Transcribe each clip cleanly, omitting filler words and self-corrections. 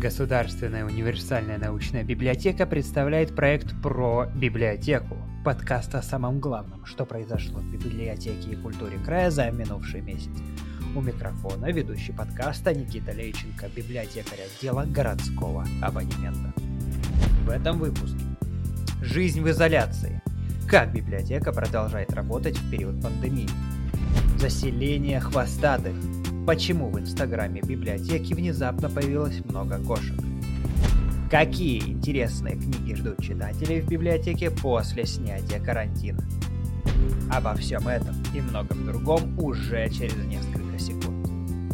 Государственная универсальная научная библиотека представляет проект про библиотеку. Подкаст о самом главном, что произошло в библиотеке и культуре края за минувший месяц. У микрофона ведущий подкаста Никита Лейченко, библиотекарь отдела городского абонемента. В этом выпуске. Жизнь в изоляции. Как библиотека продолжает работать в период пандемии. Заселение хвостатых. Почему в инстаграме библиотеки внезапно появилось много кошек? Какие интересные книги ждут читателей в библиотеке после снятия карантина? Обо всем этом и многом другом уже через несколько секунд.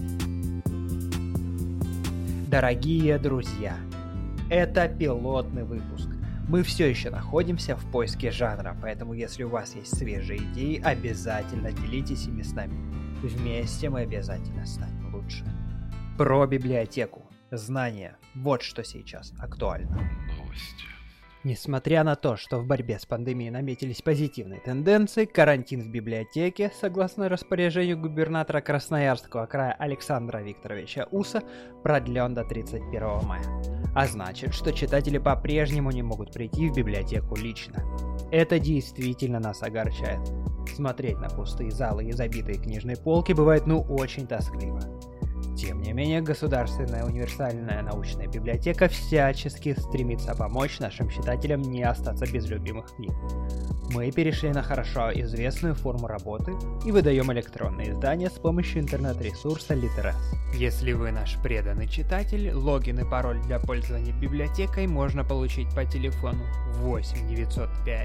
Дорогие друзья, это пилотный выпуск. Мы все еще находимся в поиске жанра, поэтому если у вас есть свежие идеи, обязательно делитесь ими с нами. Вместе мы обязательно станем лучше. Про библиотеку. Знания. Вот что сейчас актуально. Новости. Несмотря на то, что в борьбе с пандемией наметились позитивные тенденции, карантин в библиотеке, согласно распоряжению губернатора Красноярского края Александра Викторовича Уса, продлен до 31 мая. А значит, что читатели по-прежнему не могут прийти в библиотеку лично. Это действительно нас огорчает. Смотреть на пустые залы и забитые книжные полки бывает очень тоскливо. Тем не менее, Государственная универсальная научная библиотека всячески стремится помочь нашим читателям не остаться без любимых книг. Мы перешли на хорошо известную форму работы и выдаем электронные издания с помощью интернет-ресурса Литрес. Если вы наш преданный читатель, логин и пароль для пользования библиотекой можно получить по телефону 8 905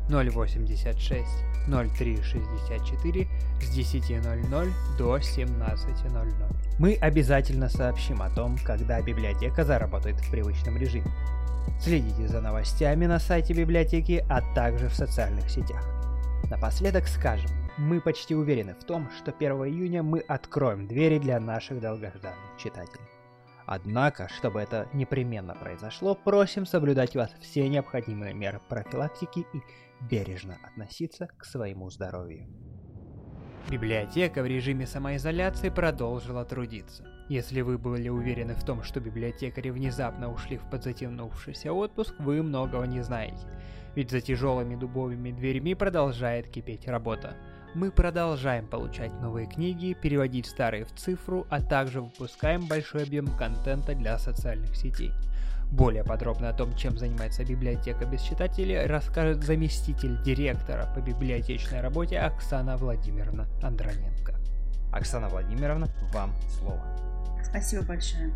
086 0364 с 10:00 до 17:00. Мы обязательно сообщим о том, когда библиотека заработает в привычном режиме. Следите за новостями на сайте библиотеки, а также в социальных сетях. Напоследок скажем, мы почти уверены в том, что 1 июня мы откроем двери для наших долгожданных читателей. Однако, чтобы это непременно произошло, просим соблюдать вас все необходимые меры профилактики и бережно относиться к своему здоровью. Библиотека в режиме самоизоляции продолжила трудиться. Если вы были уверены в том, что библиотекари внезапно ушли в подзатянувшийся отпуск, вы многого не знаете. Ведь за тяжелыми дубовыми дверьми продолжает кипеть работа. Мы продолжаем получать новые книги, переводить старые в цифру, а также выпускаем большой объем контента для социальных сетей. Более подробно о том, чем занимается библиотека без читателей, расскажет заместитель директора по библиотечной работе Оксана Владимировна Андроненко. Оксана Владимировна, вам слово. Спасибо большое.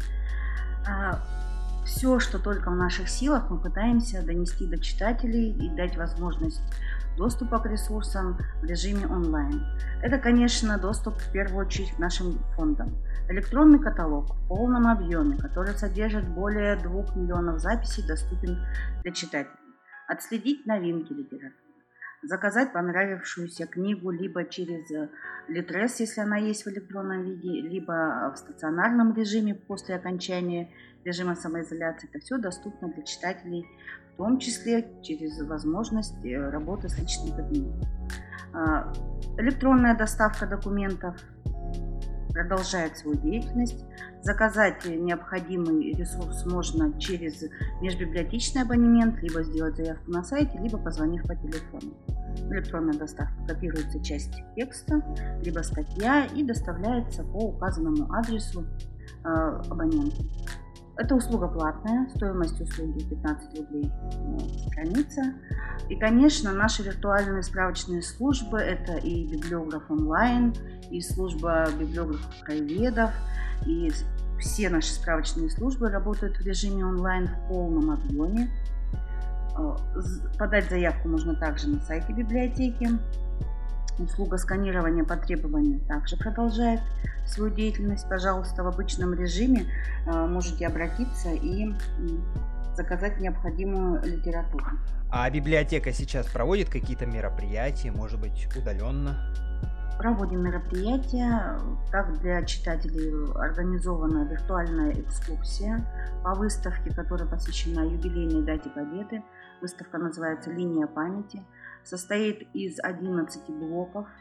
Все, что только в наших силах, мы пытаемся донести до читателей и дать возможность доступа к ресурсам в режиме онлайн. Это, конечно, доступ в первую очередь к нашим фондам. Электронный каталог в полном объеме, который содержит более 2 миллионов записей, доступен для читателей. Отследить новинки литературы. Заказать понравившуюся книгу либо через Литрес, если она есть в электронном виде, либо в стационарном режиме после окончания режима самоизоляции. Это все доступно для читателей, в том числе через возможность работы с личным кабинетом. Электронная доставка документов продолжает свою деятельность. Заказать необходимый ресурс можно через межбиблиотечный абонемент, либо сделать заявку на сайте, либо позвонив по телефону. Электронная доставка копируется часть текста, либо статья и доставляется по указанному адресу абоненту. Это услуга платная, стоимость услуги 15 рублей страница. И, конечно, наши виртуальные справочные службы – это и библиограф онлайн, и служба библиографов-краеведов, и все наши справочные службы работают в режиме онлайн в полном объеме. Подать заявку можно также на сайте библиотеки. Услуга сканирования по требованию также продолжает свою деятельность. Пожалуйста, в обычном режиме можете обратиться и заказать необходимую литературу. А библиотека сейчас проводит какие-то мероприятия, может быть, удаленно? Проводим мероприятия. Так, для читателей организована виртуальная экскурсия по выставке, которая посвящена юбилейной дате Победы. Выставка называется «Линия памяти». Состоит из 11 блоков.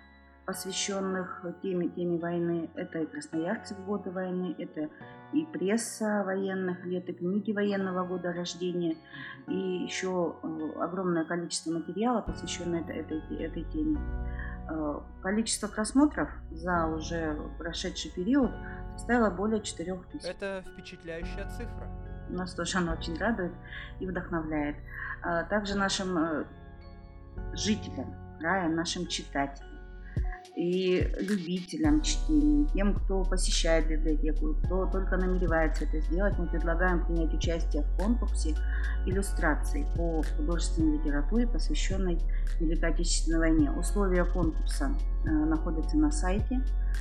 посвященных теме войны. Это и красноярцы в годы войны, это и пресса военных лет, и книги военного года рождения, и еще огромное количество материала, посвященное этой теме. Количество просмотров за уже прошедший период составило более 4000. Это впечатляющая цифра. Нас тоже она очень радует и вдохновляет. Также нашим жителям края, нашим читателям и любителям чтения, тем, кто посещает библиотеку, кто только намеревается это сделать, мы предлагаем принять участие в конкурсе иллюстраций по художественной литературе, посвященной Великой Отечественной войне. Условия конкурса находятся на сайте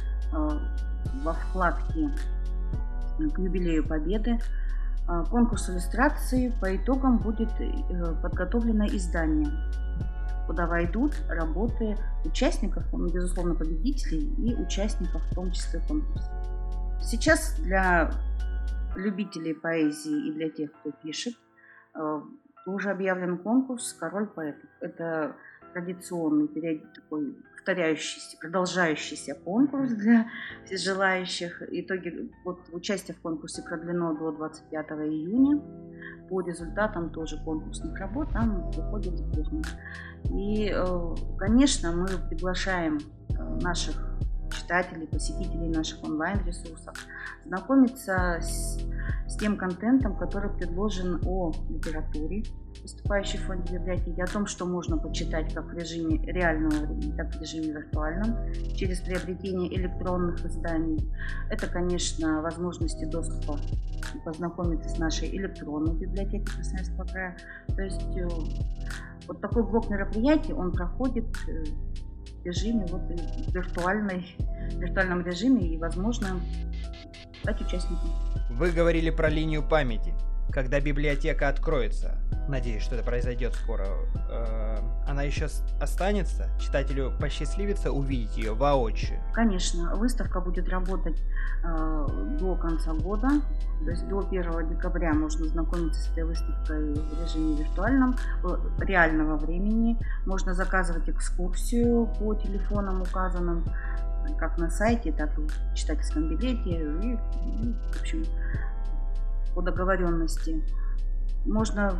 во вкладке к юбилею Победы. Конкурс иллюстраций по итогам будет подготовлено издание, куда войдут работы участников, безусловно, победителей и участников, в том числе конкурса. Сейчас для любителей поэзии и для тех, кто пишет, уже объявлен конкурс «Король поэтов». Это традиционный, такой повторяющийся, продолжающийся конкурс для всех желающих. Итоги участия в конкурсе продлено до 25 июня. По результатам тоже конкурсных работ там выходит диплом. И, конечно, мы приглашаем наших читателей, посетителей наших онлайн-ресурсов знакомиться с тем контентом, который предложен о литературе, выступающей в фонде библиотеки, о том, что можно почитать как в режиме реального времени, так и в режиме виртуальном, через приобретение электронных изданий. Это, конечно, возможности доступа познакомиться с нашей электронной библиотекой Красноярского края. То есть вот такой блок мероприятий, он проходит в режиме, в виртуальном режиме, и возможно стать участником. Вы говорили про линию памяти. Когда библиотека откроется, надеюсь, что это произойдет скоро, она еще останется? Читателю посчастливится увидеть ее воочию? Конечно, выставка будет работать до конца года, то есть до 1 декабря можно знакомиться с этой выставкой в режиме виртуальном, реального времени. Можно заказывать экскурсию по телефонам указанным, как на сайте, так и в читательском билете, и в общем, по договоренности. Можно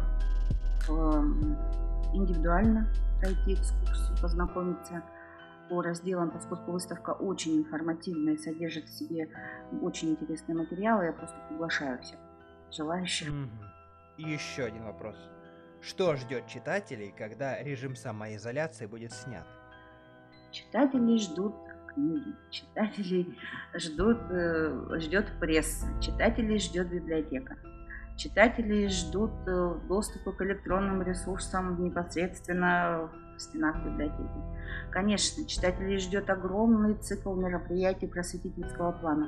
индивидуально пройти экскурсию, познакомиться по разделам, поскольку выставка очень информативная, содержит в себе очень интересные материалы. Я просто приглашаю всех желающих. И еще один вопрос. Что ждет читателей, когда режим самоизоляции будет снят? Читатели ждут книги, читателей ждет пресса, читателей ждет библиотека. Читатели ждут доступа к электронным ресурсам непосредственно в стенах библиотеки. Конечно, читателей ждет огромный цикл мероприятий просветительского плана.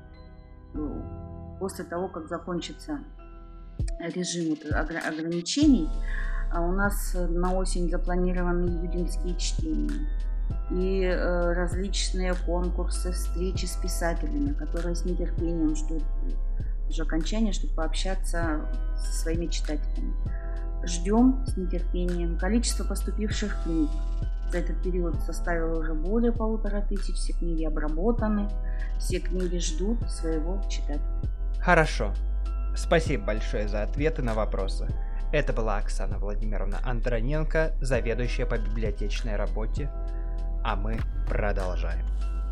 После того, как закончится режим ограничений, у нас на осень запланированы июньские чтения и различные конкурсы, встречи с писателями, которые с нетерпением ждут уже окончания, чтобы пообщаться со своими читателями. Ждем с нетерпением. Количество поступивших книг за этот период составило уже более 1500, все книги обработаны, все книги ждут своего читателя. Хорошо. Спасибо большое за ответы на вопросы. Это была Оксана Владимировна Андроненко, заведующая по библиотечной работе. А мы продолжаем.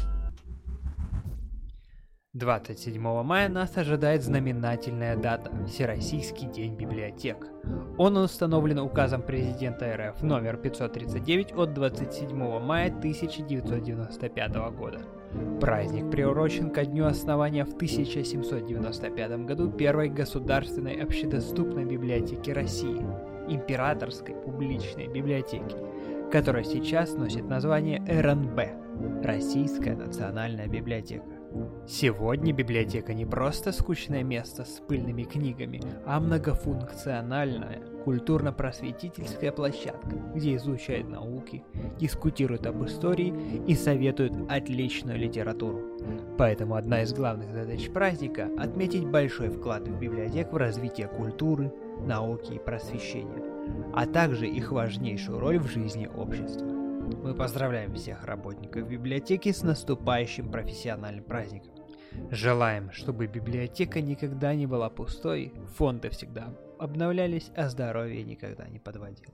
27 мая нас ожидает знаменательная дата – Всероссийский день библиотек. Он установлен указом президента РФ номер 539 от 27 мая 1995 года. Праздник приурочен ко дню основания в 1795 году первой государственной общедоступной библиотеки России – Императорской публичной библиотеки, которая сейчас носит название РНБ – Российская национальная библиотека. Сегодня библиотека не просто скучное место с пыльными книгами, а многофункциональная культурно-просветительская площадка, где изучают науки, дискутируют об истории и советуют отличную литературу. Поэтому одна из главных задач праздника – отметить большой вклад в библиотек в развитие культуры, науки и просвещения, а также их важнейшую роль в жизни общества. Мы поздравляем всех работников библиотеки с наступающим профессиональным праздником. Желаем, чтобы библиотека никогда не была пустой, фонды всегда обновлялись, а здоровье никогда не подводило.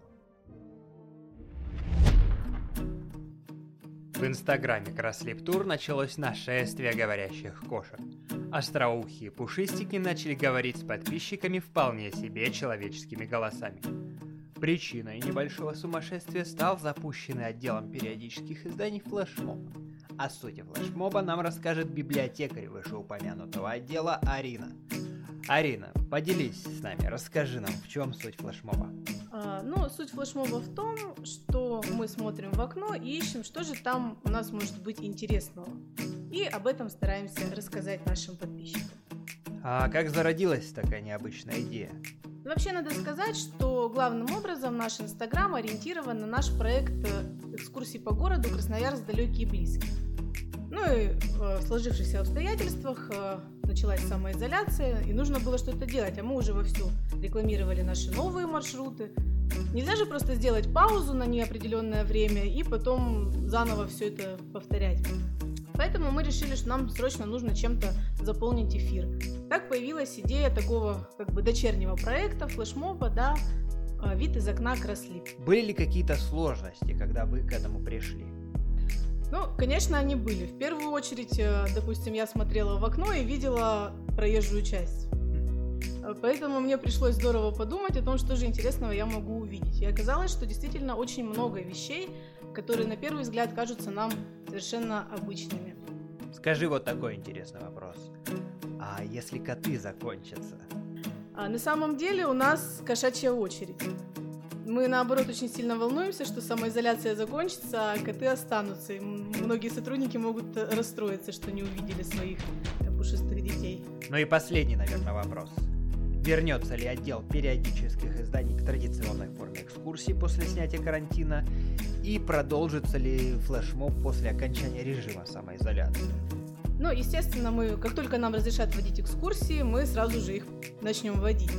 В инстаграме Краслип Тур началось нашествие говорящих кошек. Остроухие пушистики начали говорить с подписчиками вполне себе человеческими голосами. Причиной небольшого сумасшествия стал запущенный отделом периодических изданий флешмоб. О сути флешмоба нам расскажет библиотекарь вышеупомянутого отдела Арина. Арина, поделись с нами, расскажи нам, в чем суть флешмоба. Суть флешмоба в том, что мы смотрим в окно и ищем, что же там у нас может быть интересного. И об этом стараемся рассказать нашим подписчикам. А как зародилась такая необычная идея? Вообще надо сказать, что главным образом наш Инстаграм ориентирован на наш проект экскурсий по городу Красноярск далекий и близкий. В сложившихся обстоятельствах началась самоизоляция, и нужно было что-то делать, а мы уже вовсю рекламировали наши новые маршруты. Нельзя же просто сделать паузу на неопределенное время и потом заново все это повторять. Поэтому мы решили, что нам срочно нужно чем-то заполнить эфир. Так появилась идея такого дочернего проекта, флешмоба, вид из окна Краслип. Были ли какие-то сложности, когда вы к этому пришли? Конечно, они были. В первую очередь, допустим, я смотрела в окно и видела проезжую часть. Поэтому мне пришлось здорово подумать о том, что же интересного я могу увидеть. И оказалось, что действительно очень много вещей, которые на первый взгляд кажутся нам совершенно обычными. Скажи вот такой интересный вопрос. А если коты закончатся? На самом деле у нас кошачья очередь. Мы, наоборот, очень сильно волнуемся, что самоизоляция закончится, а коты останутся. И многие сотрудники могут расстроиться, что не увидели своих пушистых детей. И последний, наверное, вопрос. Вернется ли отдел периодических изданий к традиционной форме экскурсий после снятия карантина? И продолжится ли флешмоб после окончания режима самоизоляции? Естественно, как только нам разрешат вводить экскурсии, мы сразу же их начнем вводить.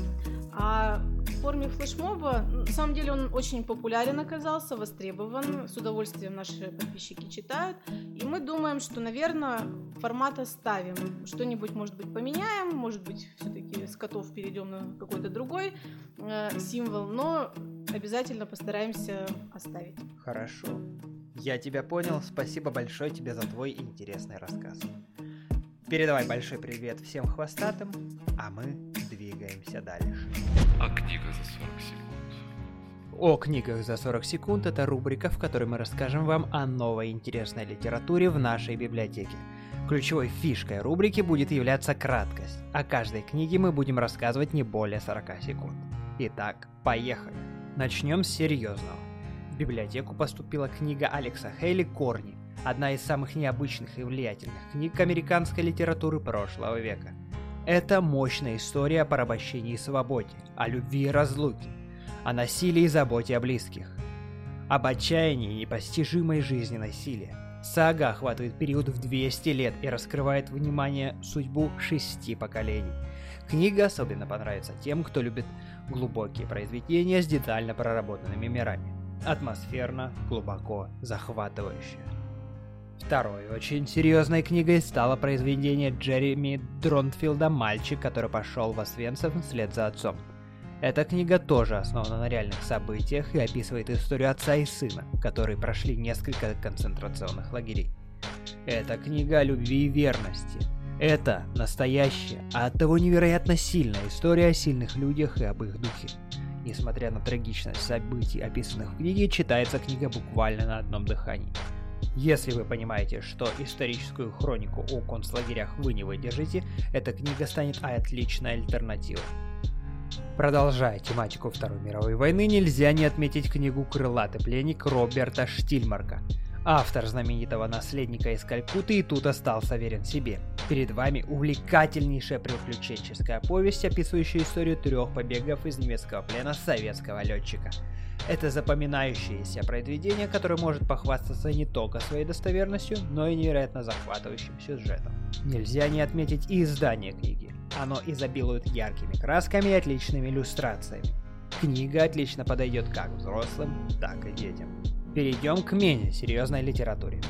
А в форме флешмоба, на самом деле, он очень популярен оказался, востребован, с удовольствием наши подписчики читают. И мы думаем, что, наверное, формат оставим. Что-нибудь, может быть, поменяем, может быть, все-таки с котов перейдем на какой-то другой символ, но обязательно постараемся оставить. Хорошо. Я тебя понял. Спасибо большое тебе за твой интересный рассказ. Передавай большой привет всем хвостатым, а мы двигаемся дальше. О книгах за 40 секунд. О книгах за 40 секунд – это рубрика, в которой мы расскажем вам о новой интересной литературе в нашей библиотеке. Ключевой фишкой рубрики будет являться краткость. О каждой книге мы будем рассказывать не более 40 секунд. Итак, поехали. Начнем с серьезного. В библиотеку поступила книга Алекса Хейли «Корни», одна из самых необычных и влиятельных книг американской литературы прошлого века. Это мощная история о порабощении и свободе, о любви и разлуке, о насилии и заботе о близких, об отчаянии и непостижимой жизненной силе. Сага охватывает период в 200 лет и раскрывает внимание судьбу 6 поколений. Книга особенно понравится тем, кто любит глубокие произведения с детально проработанными мирами. Атмосферно, глубоко, захватывающе. Второй очень серьезной книгой стало произведение Джереми Дронфилда «Мальчик, который пошел в Освенцим вслед за отцом». Эта книга тоже основана на реальных событиях и описывает историю отца и сына, которые прошли несколько концентрационных лагерей. Это книга о любви и верности. Это настоящая, а оттого невероятно сильная история о сильных людях и об их духе. Несмотря на трагичность событий, описанных в книге, читается книга буквально на одном дыхании. Если вы понимаете, что историческую хронику о концлагерях вы не выдержите, эта книга станет отличной альтернативой. Продолжая тематику Второй мировой войны, нельзя не отметить книгу «Крылатый пленник» Роберта Штильмарка. Автор знаменитого «Наследника из Калькутты» и тут остался верен себе. Перед вами увлекательнейшая приключенческая повесть, описывающая историю 3 побегов из немецкого плена советского летчика. Это запоминающееся произведение, которое может похвастаться не только своей достоверностью, но и невероятно захватывающим сюжетом. Нельзя не отметить и издание книги. Оно изобилует яркими красками и отличными иллюстрациями. Книга отлично подойдет как взрослым, так и детям. Перейдем к менее серьезной литературе.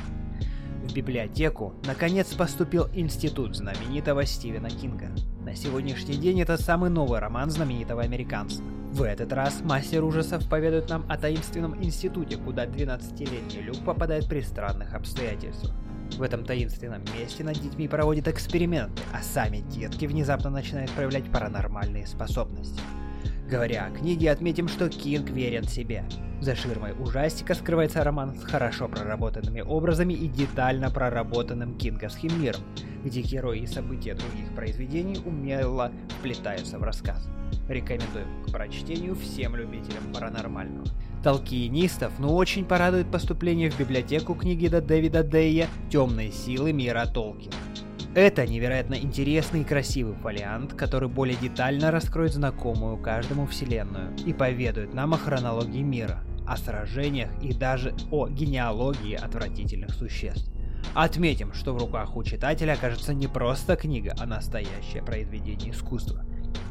В библиотеку наконец поступил институт знаменитого Стивена Кинга. На сегодняшний день это самый новый роман знаменитого американца. В этот раз мастер ужасов поведает нам о таинственном институте, куда 12-летний Люк попадает при странных обстоятельствах. В этом таинственном месте над детьми проводят эксперименты, а сами детки внезапно начинают проявлять паранормальные способности. Говоря о книге, отметим, что Кинг верен себе. За ширмой ужастика скрывается роман с хорошо проработанными образами и детально проработанным кинговским миром, где герои и события других произведений умело вплетаются в рассказ. Рекомендуем к прочтению всем любителям паранормального. Толкиенистов, очень порадует поступление в библиотеку книги Дэвида Дэя «Темные силы мира Толкина». Это невероятно интересный и красивый фолиант, который более детально раскроет знакомую каждому вселенную и поведает нам о хронологии мира, о сражениях и даже о генеалогии отвратительных существ. Отметим, что в руках у читателя окажется не просто книга, а настоящее произведение искусства.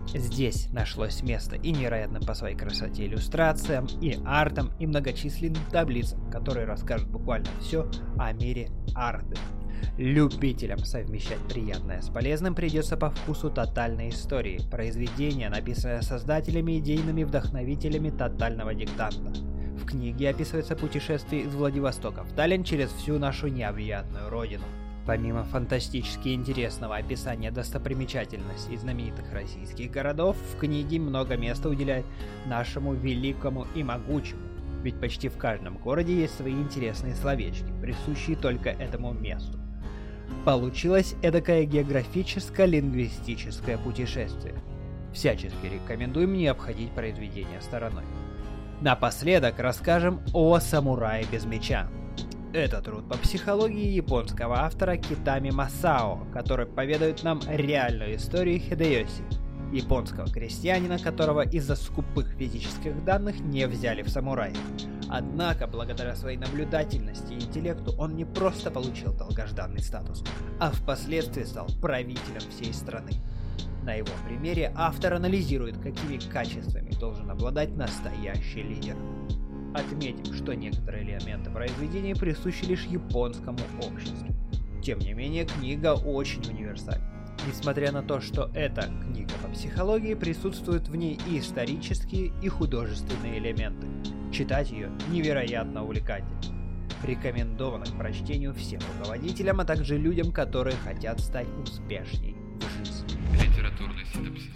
Здесь нашлось место и невероятным по своей красоте иллюстрациям, и артам, и многочисленным таблицам, которые расскажут буквально все о мире Арды. Любителям совмещать приятное с полезным придется по вкусу тотальной истории, произведения, написанное создателями, идейными вдохновителями тотального диктанта. В книге описывается путешествие из Владивостока в Таллин через всю нашу необъятную родину. Помимо фантастически интересного описания достопримечательностей знаменитых российских городов, в книге много места уделяет нашему великому и могучему. Ведь почти в каждом городе есть свои интересные словечки, присущие только этому месту. Получилось эдакое географическо-лингвистическое путешествие. Всячески рекомендуем не обходить произведение стороной. Напоследок расскажем о «Самурае без меча». Это труд по психологии японского автора Китами Масао, который поведает нам реальную историю Хидэёси, японского крестьянина, которого из-за скупых физических данных не взяли в самураи. Однако, благодаря своей наблюдательности и интеллекту, он не просто получил долгожданный статус, а впоследствии стал правителем всей страны. На его примере автор анализирует, какими качествами должен обладать настоящий лидер. Отметим, что некоторые элементы произведения присущи лишь японскому обществу. Тем не менее, книга очень универсальна. Несмотря на то, что это книга по психологии, присутствуют в ней и исторические, и художественные элементы. Читать ее невероятно увлекательно. Рекомендовано к прочтению всем руководителям, а также людям, которые хотят стать успешней в жизни. Литературный синопсис.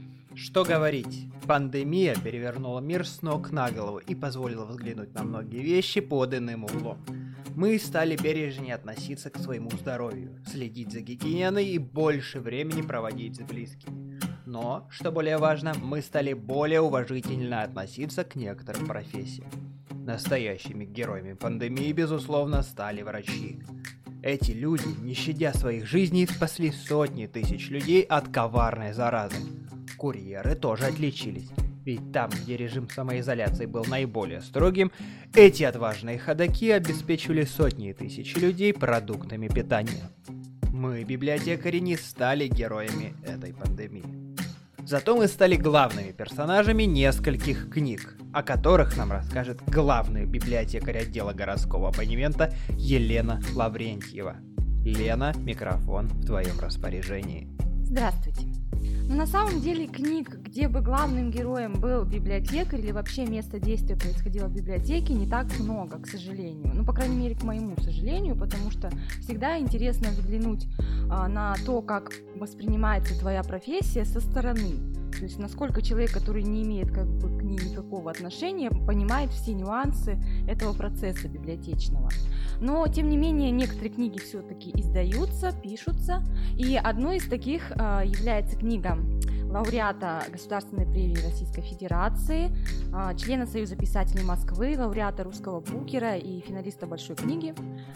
Что говорить? Пандемия перевернула мир с ног на голову и позволила взглянуть на многие вещи под иным углом. Мы стали бережнее относиться к своему здоровью, следить за гигиеной и больше времени проводить с близкими. Но, что более важно, мы стали более уважительно относиться к некоторым профессиям. Настоящими героями пандемии, безусловно, стали врачи. Эти люди, не щадя своих жизней, спасли сотни тысяч людей от коварной заразы. Курьеры тоже отличились. Ведь там, где режим самоизоляции был наиболее строгим, эти отважные ходаки обеспечивали сотни тысяч людей продуктами питания. Мы, библиотекари, не стали героями этой пандемии. Зато мы стали главными персонажами нескольких книг, о которых нам расскажет главный библиотекарь отдела городского абонемента Елена Лаврентьева. Лена, микрофон в твоем распоряжении. Здравствуйте. Но на самом деле книг, где бы главным героем был библиотекарь или вообще место действия происходило в библиотеке, не так много, к сожалению. Ну, по крайней мере, к моему сожалению, потому что всегда интересно взглянуть на то, как воспринимается твоя профессия со стороны. То есть насколько человек, который не имеет к ней никакого отношения, понимает все нюансы этого процесса библиотечного. Но, тем не менее, некоторые книги все-таки издаются, пишутся. И одной из таких является книга лауреата Государственной премии Российской Федерации, члена Союза писателей Москвы, лауреата русского букера и финалиста Большой книги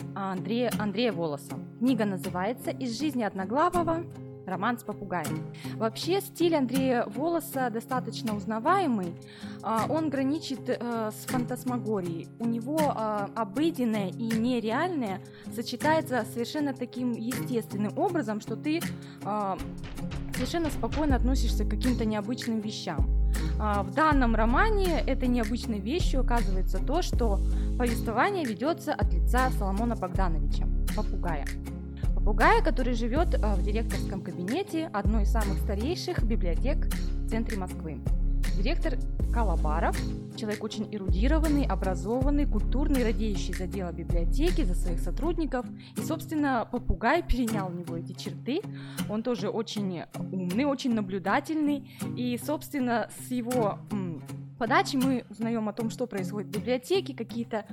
Андрея Волоса. Книга называется «Из жизни одноглавого. Роман с попугаем». Вообще стиль Андрея Волоса достаточно узнаваемый, он граничит с фантасмагорией. У него обыденное и нереальное сочетается совершенно таким естественным образом, что ты совершенно спокойно относишься к каким-то необычным вещам. В данном романе этой необычной вещью оказывается то, что Повествование ведется от лица Соломона Богдановича, попугая. Попугая, который живет в директорском кабинете одной из самых старейших библиотек в центре Москвы. Директор Колобаров, человек очень эрудированный, образованный, культурный, радеющий за дело библиотеки, за своих сотрудников. И, собственно, попугай перенял у него эти черты. Он тоже очень умный, очень наблюдательный. И, собственно, с его подачи мы узнаем о том, что происходит в библиотеке, какие-то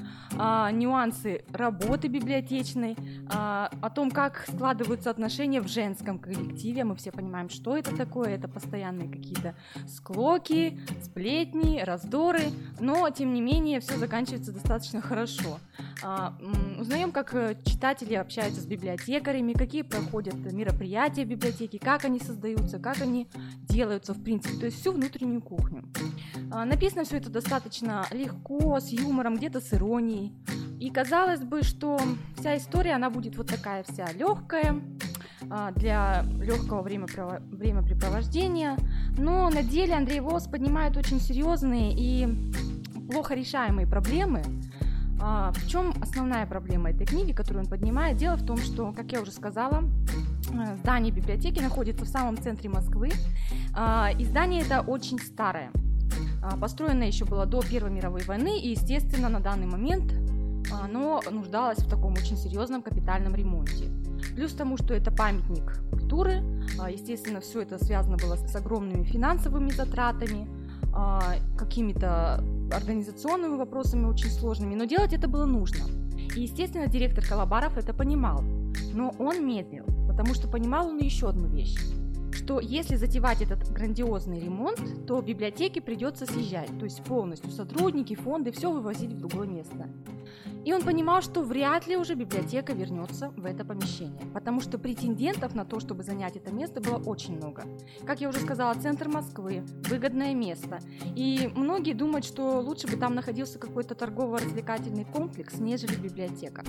нюансы работы библиотечной, о том, как складываются отношения в женском коллективе. Мы все понимаем, что это такое. Это постоянные какие-то склоки, сплетни, раздоры, но, тем не менее, все заканчивается достаточно хорошо. Узнаем, как читатели общаются с библиотекарями, какие проходят мероприятия в библиотеке, как они создаются, как они делаются, в принципе, то есть всю внутреннюю кухню. Написано все это достаточно легко, с юмором, где-то с иронией. И казалось бы, что вся история, она будет вот такая вся легкая, для легкого времяпрепровождения. Но на деле Андрей Волос поднимает очень серьезные и плохо решаемые проблемы. В чем основная проблема этой книги, которую он поднимает? Дело в том, что, как я уже сказала, здание библиотеки находится в самом центре Москвы, и здание это очень старое. Построено еще было до Первой мировой войны, и, естественно, на данный момент оно нуждалось в таком очень серьезном капитальном ремонте. Плюс к тому, что это памятник культуры, естественно, все это связано было с огромными финансовыми затратами, какими-то организационными вопросами очень сложными, но делать это было нужно. И, естественно, директор Колобаров это понимал, но он медлил, потому что понимал он еще одну вещь, что если затевать этот грандиозный ремонт, то в библиотеке придется съезжать, то есть полностью сотрудники, фонды, все вывозить в другое место. И он понимал, что вряд ли уже библиотека вернется в это помещение, потому что претендентов на то, чтобы занять это место, было очень много. Как я уже сказала, центр Москвы, выгодное место, и многие думают, что лучше бы там находился какой-то торгово-развлекательный комплекс, нежели библиотека.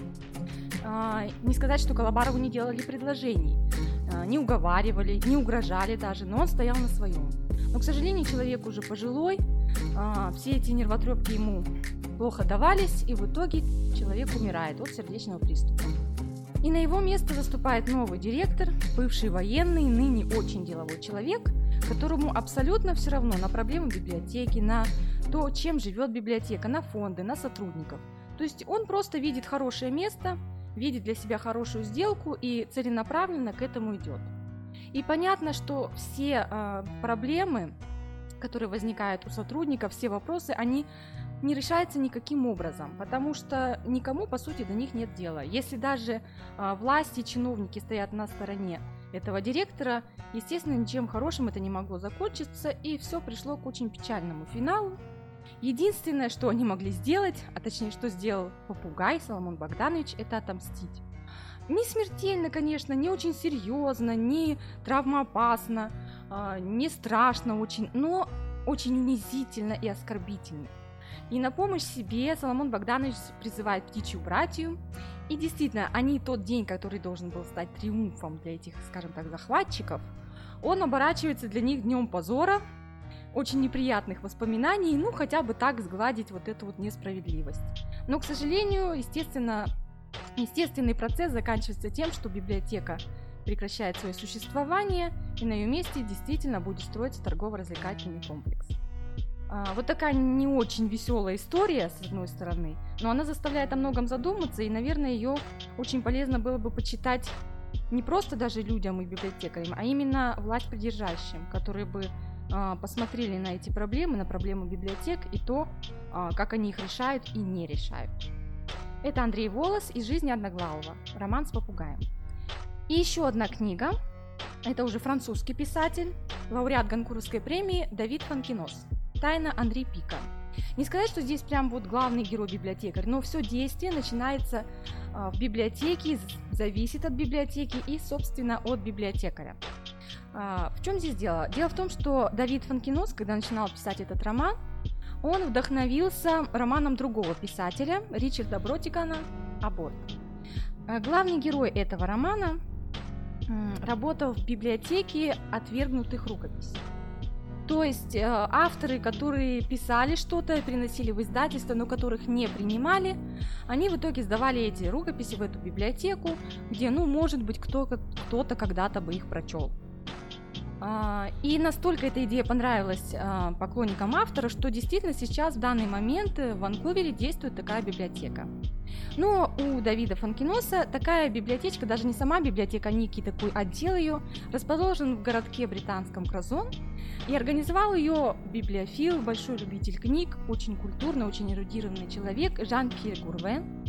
Не сказать, что Колобарову не делали предложений, не уговаривали, не угрожали даже, но он стоял на своем. Но, к сожалению, человек уже пожилой, все эти нервотрепки ему плохо давались, и в итоге человек умирает от сердечного приступа. И на его место заступает новый директор, бывший военный, ныне очень деловой человек, которому абсолютно все равно на проблемы библиотеки, на то, чем живет библиотека, на фонды, на сотрудников. То есть он просто видит хорошее место, видит для себя хорошую сделку и целенаправленно к этому идет. И понятно, что все проблемы, которые возникают у сотрудников, все вопросы, они не решаются никаким образом, потому что никому, по сути, до них нет дела. Если даже власти, чиновники стоят на стороне этого директора, естественно, ничем хорошим это не могло закончиться, и все пришло к очень печальному финалу. Единственное, что они могли сделать, а точнее, что сделал попугай Соломон Богданович, это отомстить. Не смертельно, конечно, не очень серьезно, не травмоопасно, не страшно очень, но очень унизительно и оскорбительно. И на помощь себе Соломон Богданович призывает птичью братью. И действительно, они тот день, который должен был стать триумфом для этих, скажем так, захватчиков, он оборачивается для них днем позора, очень неприятных воспоминаний, ну хотя бы так сгладить вот эту вот несправедливость. Но, к сожалению, естественный процесс заканчивается тем, что библиотека прекращает свое существование, и на ее месте действительно будет строиться торгово-развлекательный комплекс. Вот такая не очень веселая история, с одной стороны, но она заставляет о многом задуматься, и, наверное, ее очень полезно было бы почитать не просто даже людям и библиотекарям, а именно властьпридержащим, которые бы посмотрели на эти проблемы, на проблемы библиотек и то, как они их решают и не решают. Это Андрей Волос из «Жизни одноглавого», роман с попугаем. И еще одна книга, это уже французский писатель, лауреат Гонкуровской премии Давид Фонкинос «Тайна Анри Пика». Не сказать, что здесь прям вот главный герой-библиотекарь, но все действие начинается в библиотеке, зависит от библиотеки и, собственно, от библиотекаря. В чем здесь дело? Дело в том, что Давид Фонкинос, когда начинал писать этот роман, он вдохновился романом другого писателя, Ричарда Бротигана «Аборт». Главный герой этого романа работал в библиотеке отвергнутых рукописей. То есть авторы, которые писали что-то, приносили в издательство, но которых не принимали, они в итоге сдавали эти рукописи в эту библиотеку, где, может быть, кто-то когда-то бы их прочел. И настолько эта идея понравилась поклонникам автора, что действительно сейчас в данный момент в Ванкувере действует такая библиотека. Но у Давида Фанкиноса такая библиотечка, даже не сама библиотека, а некий такой отдел ее, расположен в городке британском Кразон, и организовал ее библиофил, большой любитель книг, очень культурный, очень эрудированный человек Жан-Пьер Гурвен.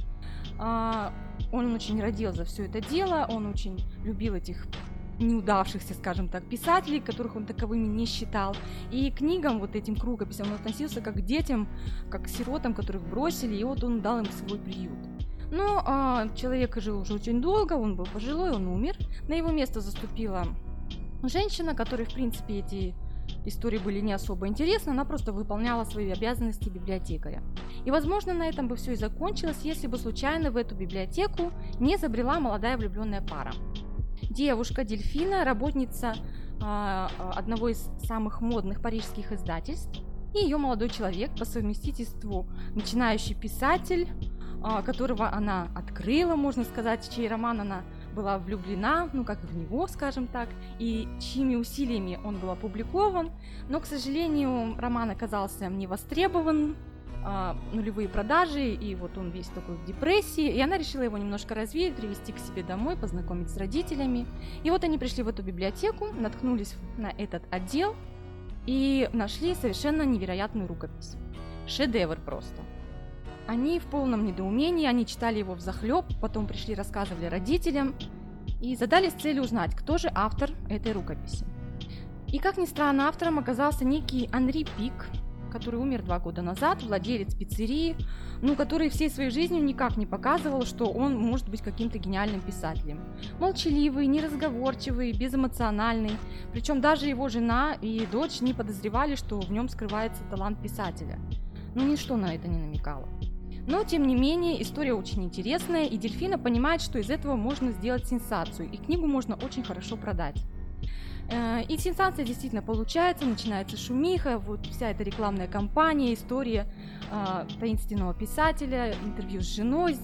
Он очень родил за все это дело, он очень любил этих неудавшихся, скажем так, писателей, которых он таковыми не считал. И к книгам, вот этим к рукописям, он относился как к детям, как к сиротам, которых бросили, и вот он дал им свой приют. Но человек жил уже очень долго, он был пожилой, он умер. На его место заступила женщина, которой, в принципе, эти истории были не особо интересны, она просто выполняла свои обязанности библиотекаря. И, возможно, на этом бы все и закончилось, если бы случайно в эту библиотеку не забрела молодая влюбленная пара. Девушка Дельфина, работница одного из самых модных парижских издательств, и ее молодой человек, по совместительству начинающий писатель, которого она открыла, можно сказать, в чей роман она была влюблена, как в него, скажем так, и чьими усилиями он был опубликован, но, к сожалению, роман оказался не востребован, нулевые продажи, и вот он весь такой в депрессии, и она решила его немножко развеять, привезти к себе домой, познакомить с родителями. И вот они пришли в эту библиотеку, наткнулись на этот отдел и нашли совершенно невероятную рукопись. Шедевр просто. Они в полном недоумении, они читали его взахлеб, потом пришли, рассказывали родителям и задались целью узнать, кто же автор этой рукописи. И, как ни странно, автором оказался некий Анри Пик, который умер 2 года назад, владелец пиццерии, который всей своей жизнью никак не показывал, что он может быть каким-то гениальным писателем. Молчаливый, неразговорчивый, безэмоциональный. Причем даже его жена и дочь не подозревали, что в нем скрывается талант писателя. Ничто на это не намекало. Но, тем не менее, история очень интересная, и Дельфина понимает, что из этого можно сделать сенсацию, и книгу можно очень хорошо продать. И сенсация действительно получается, начинается шумиха, вот вся эта рекламная кампания, история таинственного писателя, интервью с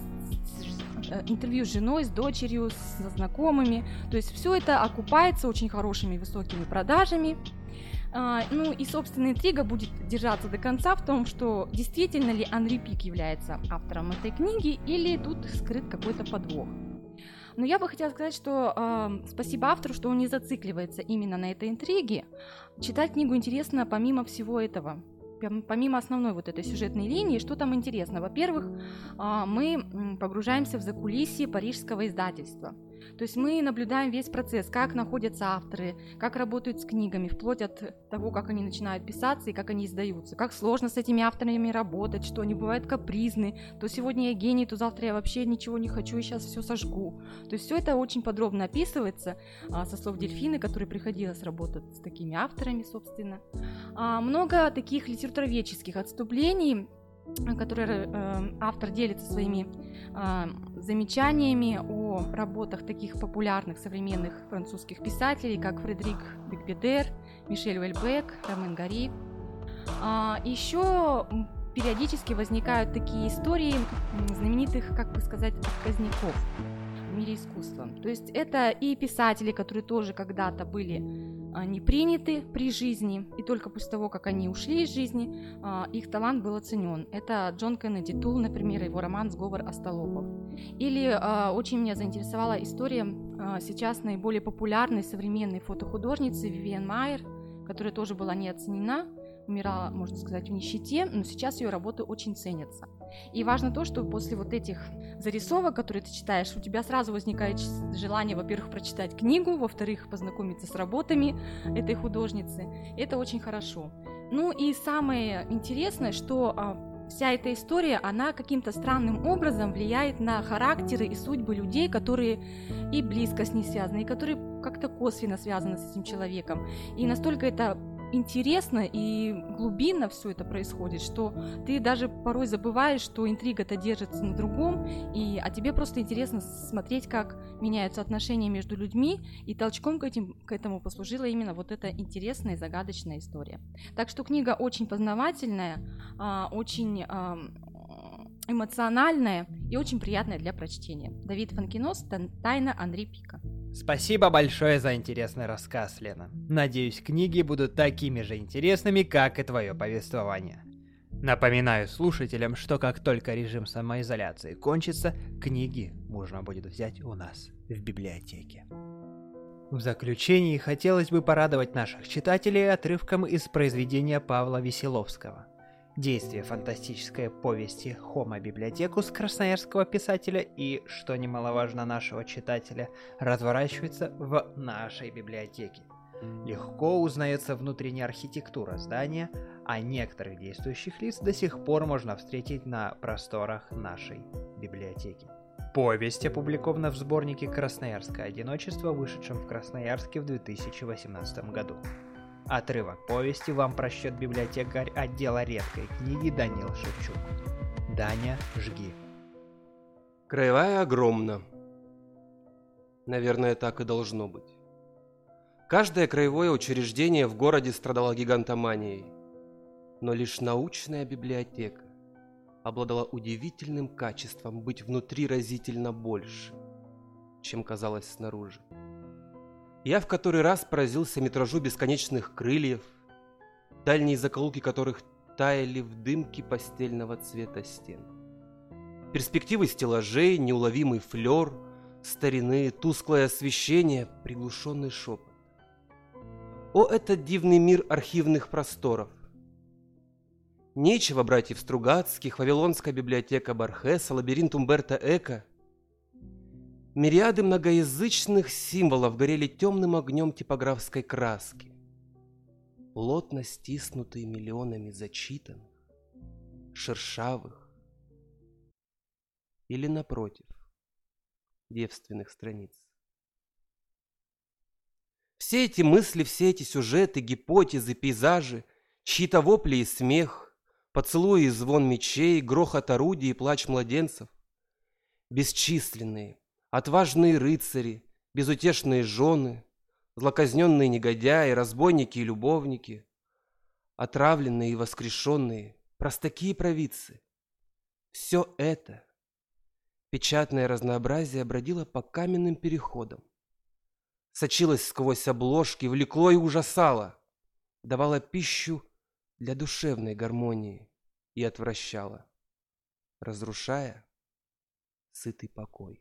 женой, с дочерью, со знакомыми. То есть все это окупается очень хорошими высокими продажами. И, собственно, интрига будет держаться до конца в том, что действительно ли Анри Пик является автором этой книги или тут скрыт какой-то подвох. Но я бы хотела сказать, что спасибо автору, что он не зацикливается именно на этой интриге. Читать книгу интересно помимо всего этого, помимо основной вот этой сюжетной линии, что там интересно. Во-первых, мы погружаемся в закулисье парижского издательства. То есть мы наблюдаем весь процесс, как находятся авторы, как работают с книгами, вплоть от того, как они начинают писаться и как они издаются, как сложно с этими авторами работать, что они бывают капризны, то сегодня я гений, то завтра я вообще ничего не хочу и сейчас все сожгу. То есть все это очень подробно описывается со слов Дельфины, которой приходилось работать с такими авторами, собственно. Много таких литературоведческих отступлений, которые автор делится своими замечаниями о работах таких популярных современных французских писателей, как Фредерик Бекбедер, Мишель Уэльбек, Ромен Гари. Еще периодически возникают такие истории знаменитых, как бы сказать, отказников в мире искусства. То есть это и писатели, которые тоже когда-то были не приняты при жизни, и только после того, как они ушли из жизни, их талант был оценен. Это Джон Кеннеди Тул, например, его роман «Сговор остолопов». Или очень меня заинтересовала история сейчас наиболее популярной современной фотохудожницы Вивиан Майер, которая тоже была не оценена, умирала, можно сказать, в нищете, но сейчас ее работы очень ценятся. И важно то, что после вот этих зарисовок, которые ты читаешь, у тебя сразу возникает желание, во-первых, прочитать книгу, во-вторых, познакомиться с работами этой художницы. Это очень хорошо. И самое интересное, что вся эта история, она каким-то странным образом влияет на характеры и судьбы людей, которые и близко с ней связаны, и которые как-то косвенно связаны с этим человеком. И настолько это интересно и глубинно все это происходит, что ты даже порой забываешь, что интрига-то держится на другом, а тебе просто интересно смотреть, как меняются отношения между людьми, и толчком к этому послужила именно вот эта интересная и загадочная история. Так что книга очень познавательная, очень эмоциональная и очень приятная для прочтения. Давид Фанкинос, «Тайна Анри Пика». Спасибо большое за интересный рассказ, Лена. Надеюсь, книги будут такими же интересными, как и твое повествование. Напоминаю слушателям, что как только режим самоизоляции кончится, книги можно будет взять у нас в библиотеке. В заключении хотелось бы порадовать наших читателей отрывком из произведения Павла Веселовского. Действие фантастической повести «Хомо библиотекус» красноярского писателя и, что немаловажно нашего читателя, разворачивается в нашей библиотеке. Легко узнается внутренняя архитектура здания, а некоторых действующих лиц до сих пор можно встретить на просторах нашей библиотеки. Повесть опубликована в сборнике «Красноярское одиночество», вышедшем в Красноярске в 2018 году. Отрывок повести вам прочтет библиотекарь отдела редкой книги Данил Шевчук. Даня, жги. Краевая огромна. Наверное, так и должно быть. Каждое краевое учреждение в городе страдало гигантоманией. Но лишь научная библиотека обладала удивительным качеством быть внутри разительно больше, чем казалось снаружи. Я в который раз поразился метражу бесконечных крыльев, дальние закоулки которых таяли в дымке постельного цвета стен. Перспективы стеллажей, неуловимый флер, старины, тусклое освещение, приглушенный шепот. О, этот дивный мир архивных просторов! Нечего братьев Стругацких, Вавилонская библиотека Борхеса, лабиринт Умберто Эко. Мириады многоязычных символов горели темным огнем типографской краски, плотно стиснутые миллионами зачитанных, шершавых или, напротив, девственных страниц. Все эти мысли, все эти сюжеты, гипотезы, пейзажи, чьи-то вопли и смех, поцелуи и звон мечей, грохот орудий и плач младенцев, бесчисленные, отважные рыцари, безутешные жены, злоказненные негодяи, разбойники и любовники, отравленные и воскрешенные, простаки и провидцы. Все это, печатное разнообразие, бродило по каменным переходам, сочилось сквозь обложки, влекло и ужасало, давало пищу для душевной гармонии и отвращало, разрушая сытый покой.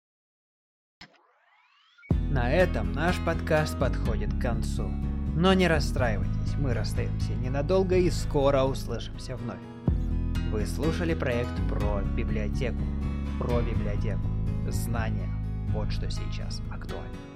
На этом наш подкаст подходит к концу. Но не расстраивайтесь, мы расстаемся ненадолго и скоро услышимся вновь. Вы слушали проект про библиотеку. Про библиотеку. Знания. Вот что сейчас актуально.